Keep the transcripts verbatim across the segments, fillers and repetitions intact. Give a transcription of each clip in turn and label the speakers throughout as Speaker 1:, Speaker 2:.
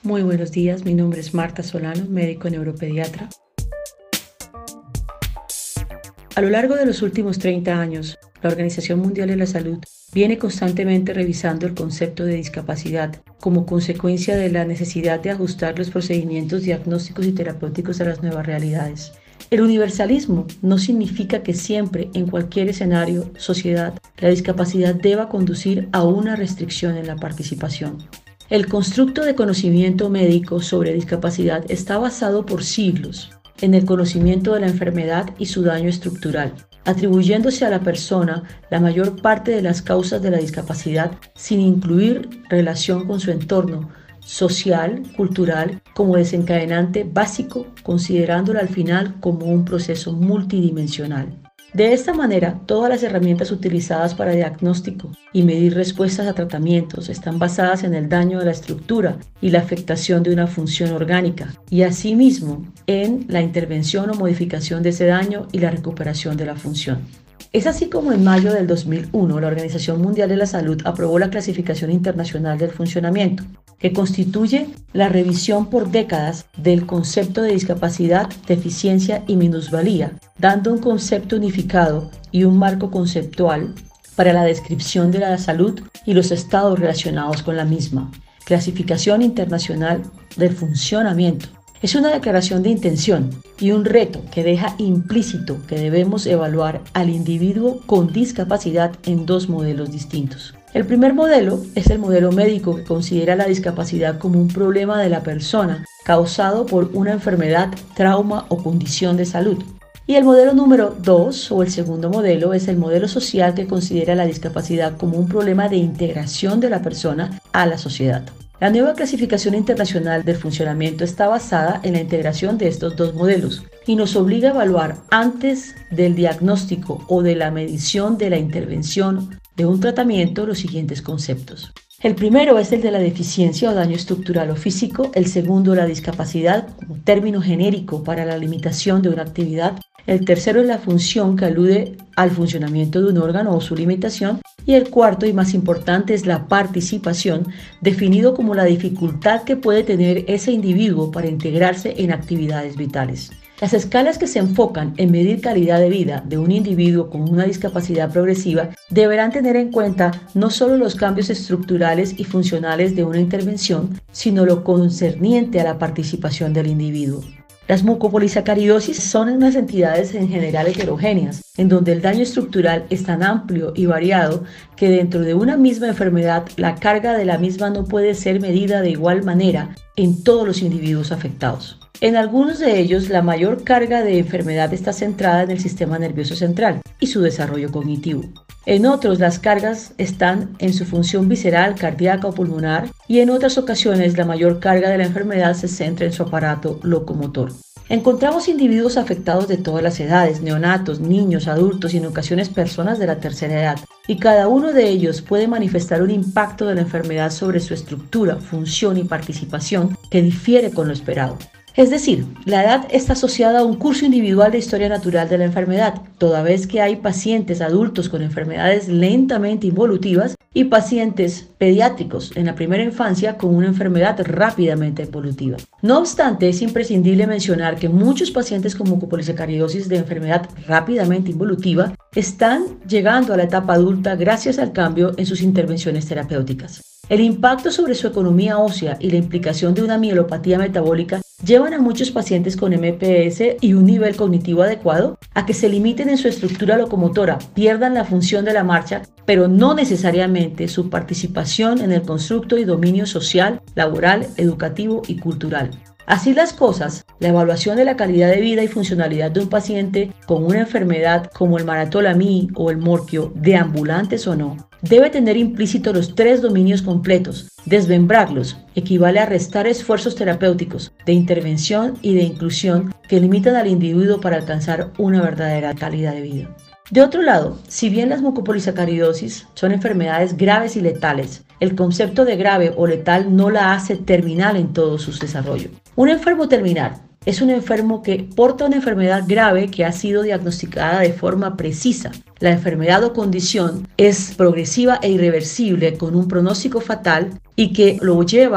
Speaker 1: Muy buenos días, mi nombre es Marta Solano, médico neuropediatra. A lo largo de los últimos treinta años, la Organización Mundial de la Salud viene constantemente revisando el concepto de discapacidad como consecuencia de la necesidad de ajustar los procedimientos diagnósticos y terapéuticos a las nuevas realidades. El universalismo no significa que siempre, en cualquier escenario, sociedad, la discapacidad deba conducir a una restricción en la participación. El constructo de conocimiento médico sobre discapacidad está basado por siglos en el conocimiento de la enfermedad y su daño estructural, atribuyéndose a la persona la mayor parte de las causas de la discapacidad sin incluir relación con su entorno social, cultural, como desencadenante básico, considerándola al final como un proceso multidimensional. De esta manera, todas las herramientas utilizadas para diagnóstico y medir respuestas a tratamientos están basadas en el daño de la estructura y la afectación de una función orgánica, y asimismo en la intervención o modificación de ese daño y la recuperación de la función. Es así como en mayo del dos mil uno la Organización Mundial de la Salud aprobó la Clasificación Internacional del Funcionamiento, que constituye la revisión por décadas del concepto de discapacidad, deficiencia y minusvalía, dando un concepto unificado y un marco conceptual para la descripción de la salud y los estados relacionados con la misma. Clasificación Internacional del Funcionamiento. Es una declaración de intención y un reto que deja implícito que debemos evaluar al individuo con discapacidad en dos modelos distintos. El primer modelo es el modelo médico, que considera la discapacidad como un problema de la persona causado por una enfermedad, trauma o condición de salud. Y el modelo número dos, o el segundo modelo, es el modelo social, que considera la discapacidad como un problema de integración de la persona a la sociedad. La nueva Clasificación Internacional del Funcionamiento está basada en la integración de estos dos modelos y nos obliga a evaluar antes del diagnóstico o de la medición de la intervención de un tratamiento los siguientes conceptos. El primero es el de la deficiencia o daño estructural o físico, el segundo la discapacidad, un término genérico para la limitación de una actividad. El tercero es la función, que alude al funcionamiento de un órgano o su limitación. Y el cuarto y más importante es la participación, definido como la dificultad que puede tener ese individuo para integrarse en actividades vitales. Las escalas que se enfocan en medir calidad de vida de un individuo con una discapacidad progresiva deberán tener en cuenta no solo los cambios estructurales y funcionales de una intervención, sino lo concerniente a la participación del individuo. Las mucopolisacaridosis son unas entidades en general heterogéneas, en donde el daño estructural es tan amplio y variado que dentro de una misma enfermedad la carga de la misma no puede ser medida de igual manera en todos los individuos afectados. En algunos de ellos, la mayor carga de enfermedad está centrada en el sistema nervioso central y su desarrollo cognitivo. En otros, las cargas están en su función visceral, cardíaca o pulmonar, y en otras ocasiones la mayor carga de la enfermedad se centra en su aparato locomotor. Encontramos individuos afectados de todas las edades, neonatos, niños, adultos y en ocasiones personas de la tercera edad, y cada uno de ellos puede manifestar un impacto de la enfermedad sobre su estructura, función y participación que difiere con lo esperado. Es decir, la edad está asociada a un curso individual de historia natural de la enfermedad, toda vez que hay pacientes adultos con enfermedades lentamente involutivas y pacientes pediátricos en la primera infancia con una enfermedad rápidamente evolutiva. No obstante, es imprescindible mencionar que muchos pacientes con mucopolisacaridosis de enfermedad rápidamente involutiva están llegando a la etapa adulta gracias al cambio en sus intervenciones terapéuticas. El impacto sobre su economía ósea y la implicación de una mielopatía metabólica llevan a muchos pacientes con M P S y un nivel cognitivo adecuado a que se limiten en su estructura locomotora, pierdan la función de la marcha, pero no necesariamente su participación en el constructo y dominio social, laboral, educativo y cultural. Así las cosas, la evaluación de la calidad de vida y funcionalidad de un paciente con una enfermedad como el Maratolami o el Morquio, deambulantes o no, debe tener implícito los tres dominios completos. Desmembrarlos equivale a restar esfuerzos terapéuticos, de intervención y de inclusión que limitan al individuo para alcanzar una verdadera calidad de vida. De otro lado, si bien las mucopolisacaridosis son enfermedades graves y letales, el concepto de grave o letal no la hace terminal en todo su desarrollo. Un enfermo terminal es un enfermo que porta una enfermedad grave que ha sido diagnosticada de forma precisa. La enfermedad o condición es progresiva e irreversible con un pronóstico fatal y que lo lleva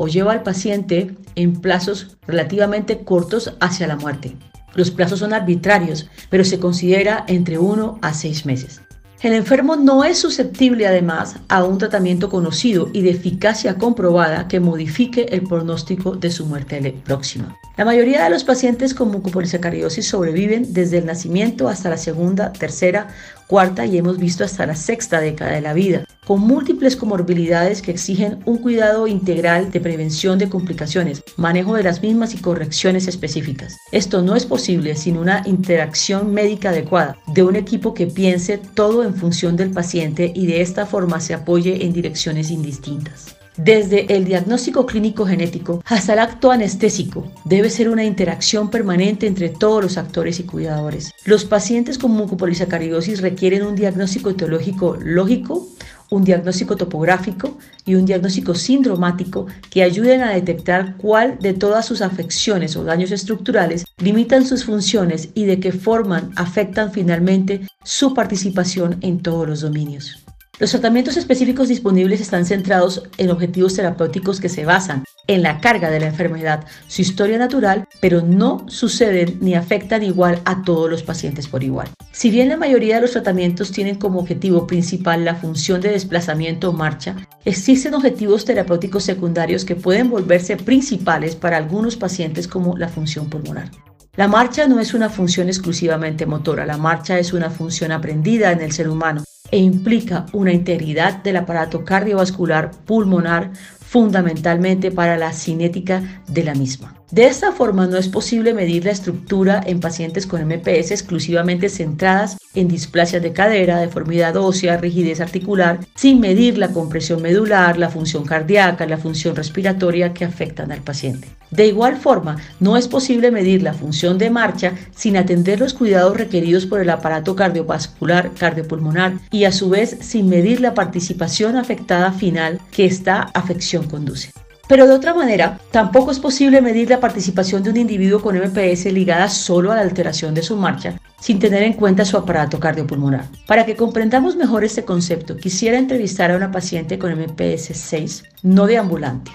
Speaker 1: o lleva al paciente en plazos relativamente cortos hacia la muerte. Los plazos son arbitrarios, pero se considera entre uno a seis meses. El enfermo no es susceptible, además, a un tratamiento conocido y de eficacia comprobada que modifique el pronóstico de su muerte próxima. La mayoría de los pacientes con mucopolisacaridosis sobreviven desde el nacimiento hasta la segunda, tercera, cuarta y hemos visto hasta la sexta década de la vida, con múltiples comorbilidades que exigen un cuidado integral de prevención de complicaciones, manejo de las mismas y correcciones específicas. Esto no es posible sin una interacción médica adecuada, de un equipo que piense todo en función del paciente y de esta forma se apoye en direcciones indistintas. Desde el diagnóstico clínico genético hasta el acto anestésico, debe ser una interacción permanente entre todos los actores y cuidadores. Los pacientes con mucopolisacaridosis requieren un diagnóstico etiológico lógico, un diagnóstico topográfico y un diagnóstico sindromático que ayuden a detectar cuál de todas sus afecciones o daños estructurales limitan sus funciones y de qué forma afectan finalmente su participación en todos los dominios. Los tratamientos específicos disponibles están centrados en objetivos terapéuticos que se basan en la carga de la enfermedad, su historia natural, pero no suceden ni afectan igual a todos los pacientes por igual. Si bien la mayoría de los tratamientos tienen como objetivo principal la función de desplazamiento o marcha, existen objetivos terapéuticos secundarios que pueden volverse principales para algunos pacientes como la función pulmonar. La marcha no es una función exclusivamente motora, la marcha es una función aprendida en el ser humano e implica una integridad del aparato cardiovascular pulmonar fundamentalmente para la cinética de la misma. De esta forma no es posible medir la estructura en pacientes con M P S exclusivamente centradas en displasias de cadera, deformidad ósea, rigidez articular, sin medir la compresión medular, la función cardíaca, la función respiratoria que afectan al paciente. De igual forma, no es posible medir la función de marcha sin atender los cuidados requeridos por el aparato cardiovascular, cardiopulmonar y a su vez sin medir la participación afectada final que esta afección conduce. Pero de otra manera, tampoco es posible medir la participación de un individuo con M P S ligada solo a la alteración de su marcha, sin tener en cuenta su aparato cardiopulmonar. Para que comprendamos mejor este concepto, quisiera entrevistar a una paciente con M P S seis, no deambulante.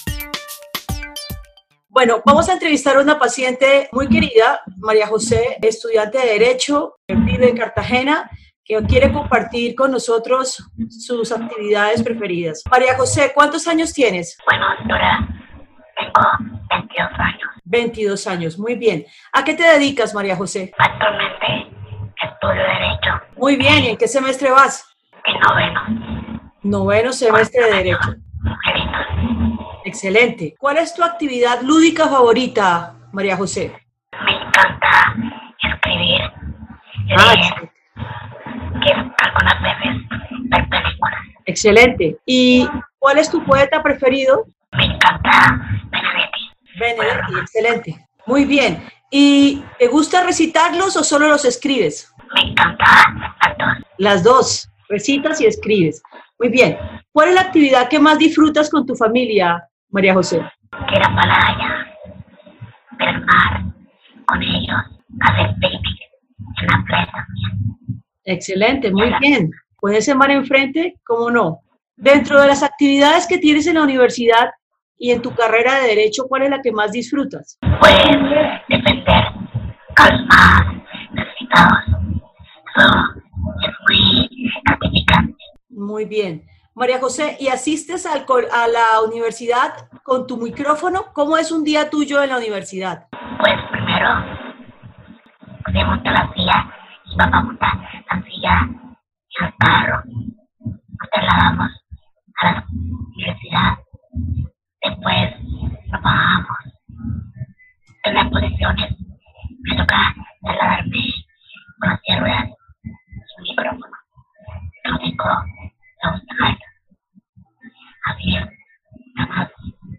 Speaker 1: Bueno, vamos a entrevistar a una paciente muy querida, María José, estudiante de Derecho, vive en Cartagena, que quiere compartir con nosotros sus actividades preferidas. María José, ¿cuántos años tienes?
Speaker 2: Bueno, doctora, tengo veintidós años.
Speaker 1: veintidós años, muy bien. ¿A qué te dedicas, María José?
Speaker 2: Actualmente estudio Derecho.
Speaker 1: Muy bien, ¿y en qué semestre vas?
Speaker 2: En noveno.
Speaker 1: Noveno semestre de Derecho.
Speaker 2: Mujeritos.
Speaker 1: Excelente. ¿Cuál es tu actividad lúdica favorita, María José?
Speaker 2: Me encanta escribir,
Speaker 1: Ah,
Speaker 2: leer, que algunas veces ver películas.
Speaker 1: excelente. ¿Y cuál es tu poeta preferido?
Speaker 2: Me encanta Benedetti.
Speaker 1: Benedetti, excelente. Muy bien. ¿Y te gusta recitarlos o solo los escribes?
Speaker 2: Me encanta las dos.
Speaker 1: Las dos, recitas y escribes. Muy bien. ¿Cuál es la actividad que más disfrutas con tu familia, María José?
Speaker 2: Ir a playa, ver mar con ellos, hacer picnic en la playa.
Speaker 1: Excelente, muy bien. ¿Puedes ese mar enfrente? ¿Cómo no? Dentro de las actividades que tienes en la universidad y en tu carrera de Derecho, ¿cuál es la que más disfrutas?
Speaker 2: Pues defender casos más necesitados. Eso es muy gratificante.
Speaker 1: Muy bien. María José, ¿y asistes al, a la universidad con tu micrófono? ¿Cómo es un día tuyo en la universidad?
Speaker 2: Pues primero se monta la silla y papá monta la silla y el carro. Nos trasladamos a la universidad. Después nos bajamos. En las posiciones me toca trasladarme con las ruedas y un micrófono. No tengo la butaca. Así es, nada más.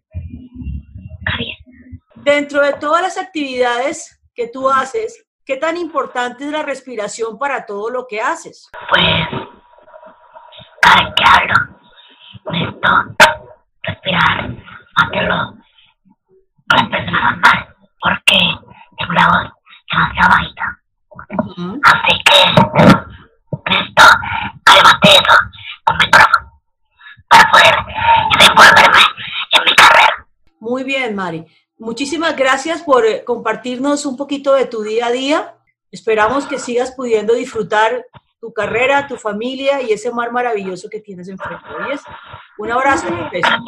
Speaker 1: Dentro de todas las actividades que tú haces, ¿qué tan importante es la respiración para todo lo que haces?
Speaker 2: Pues, cada que hablo, necesito respirar, hacerlo con las personas mal, porque tengo la voz demasiado bajita.
Speaker 1: Uh-huh.
Speaker 2: Así que necesito, además de eso, un micrófono para poder desenvolverme en mi carrera.
Speaker 1: bien, Mari. Muchísimas gracias por eh, compartirnos un poquito de tu día a día. Esperamos que sigas pudiendo disfrutar tu carrera, tu familia y ese mar maravilloso que tienes enfrente. ¿Oyes? Un abrazo y un beso.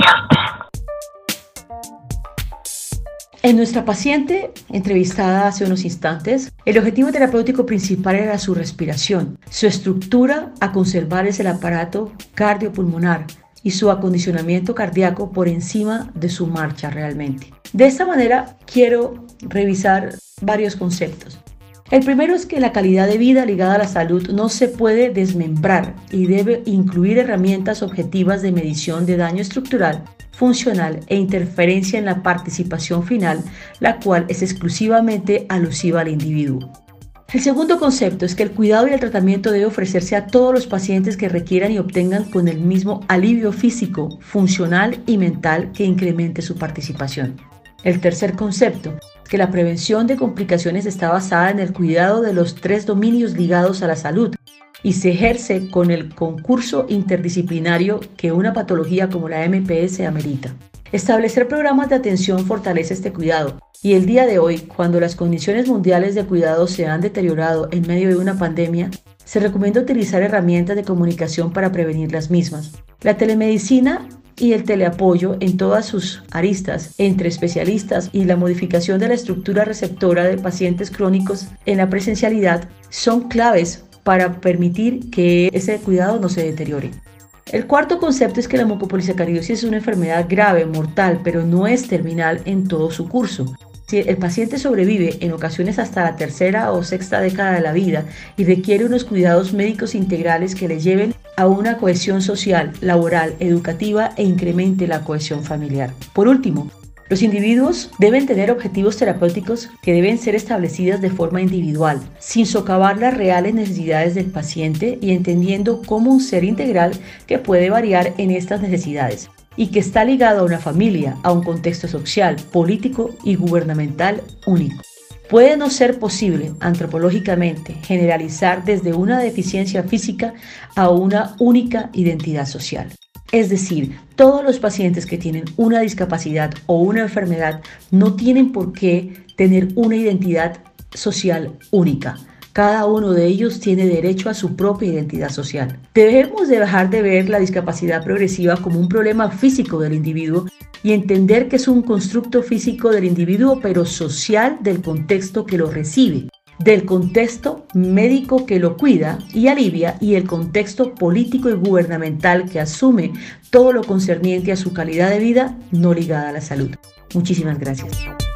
Speaker 1: En nuestra paciente, entrevistada hace unos instantes, el objetivo terapéutico principal era su respiración. Su estructura a conservar es el aparato cardiopulmonar y su acondicionamiento cardíaco por encima de su marcha realmente. De esta manera quiero revisar varios conceptos. El primero es que la calidad de vida ligada a la salud no se puede desmembrar y debe incluir herramientas objetivas de medición de daño estructural, funcional e interferencia en la participación final, la cual es exclusivamente alusiva al individuo. El segundo concepto es que el cuidado y el tratamiento debe ofrecerse a todos los pacientes que requieran y obtengan con el mismo alivio físico, funcional y mental que incremente su participación. El tercer concepto es que la prevención de complicaciones está basada en el cuidado de los tres dominios ligados a la salud y se ejerce con el concurso interdisciplinario que una patología como la M P S amerita. Establecer programas de atención fortalece este cuidado y el día de hoy, cuando las condiciones mundiales de cuidado se han deteriorado en medio de una pandemia, se recomienda utilizar herramientas de comunicación para prevenir las mismas. La telemedicina y el teleapoyo en todas sus aristas entre especialistas y la modificación de la estructura receptora de pacientes crónicos en la presencialidad son claves para permitir que ese cuidado no se deteriore. El cuarto concepto es que la mucopolisacaridosis es una enfermedad grave, mortal, pero no es terminal en todo su curso. Si el paciente sobrevive en ocasiones hasta la tercera o sexta década de la vida y requiere unos cuidados médicos integrales que le lleven a una cohesión social, laboral, educativa e incremente la cohesión familiar. Por último, los individuos deben tener objetivos terapéuticos que deben ser establecidos de forma individual, sin socavar las reales necesidades del paciente y entendiendo como un ser integral que puede variar en estas necesidades y que está ligado a una familia, a un contexto social, político y gubernamental único. Puede no ser posible antropológicamente generalizar desde una deficiencia física a una única identidad social. Es decir, todos los pacientes que tienen una discapacidad o una enfermedad no tienen por qué tener una identidad social única. Cada uno de ellos tiene derecho a su propia identidad social. Debemos de dejar de ver la discapacidad progresiva como un problema físico del individuo y entender que es un constructo físico del individuo, pero social del contexto que lo recibe, del contexto médico que lo cuida y alivia y el contexto político y gubernamental que asume todo lo concerniente a su calidad de vida no ligada a la salud. Muchísimas gracias.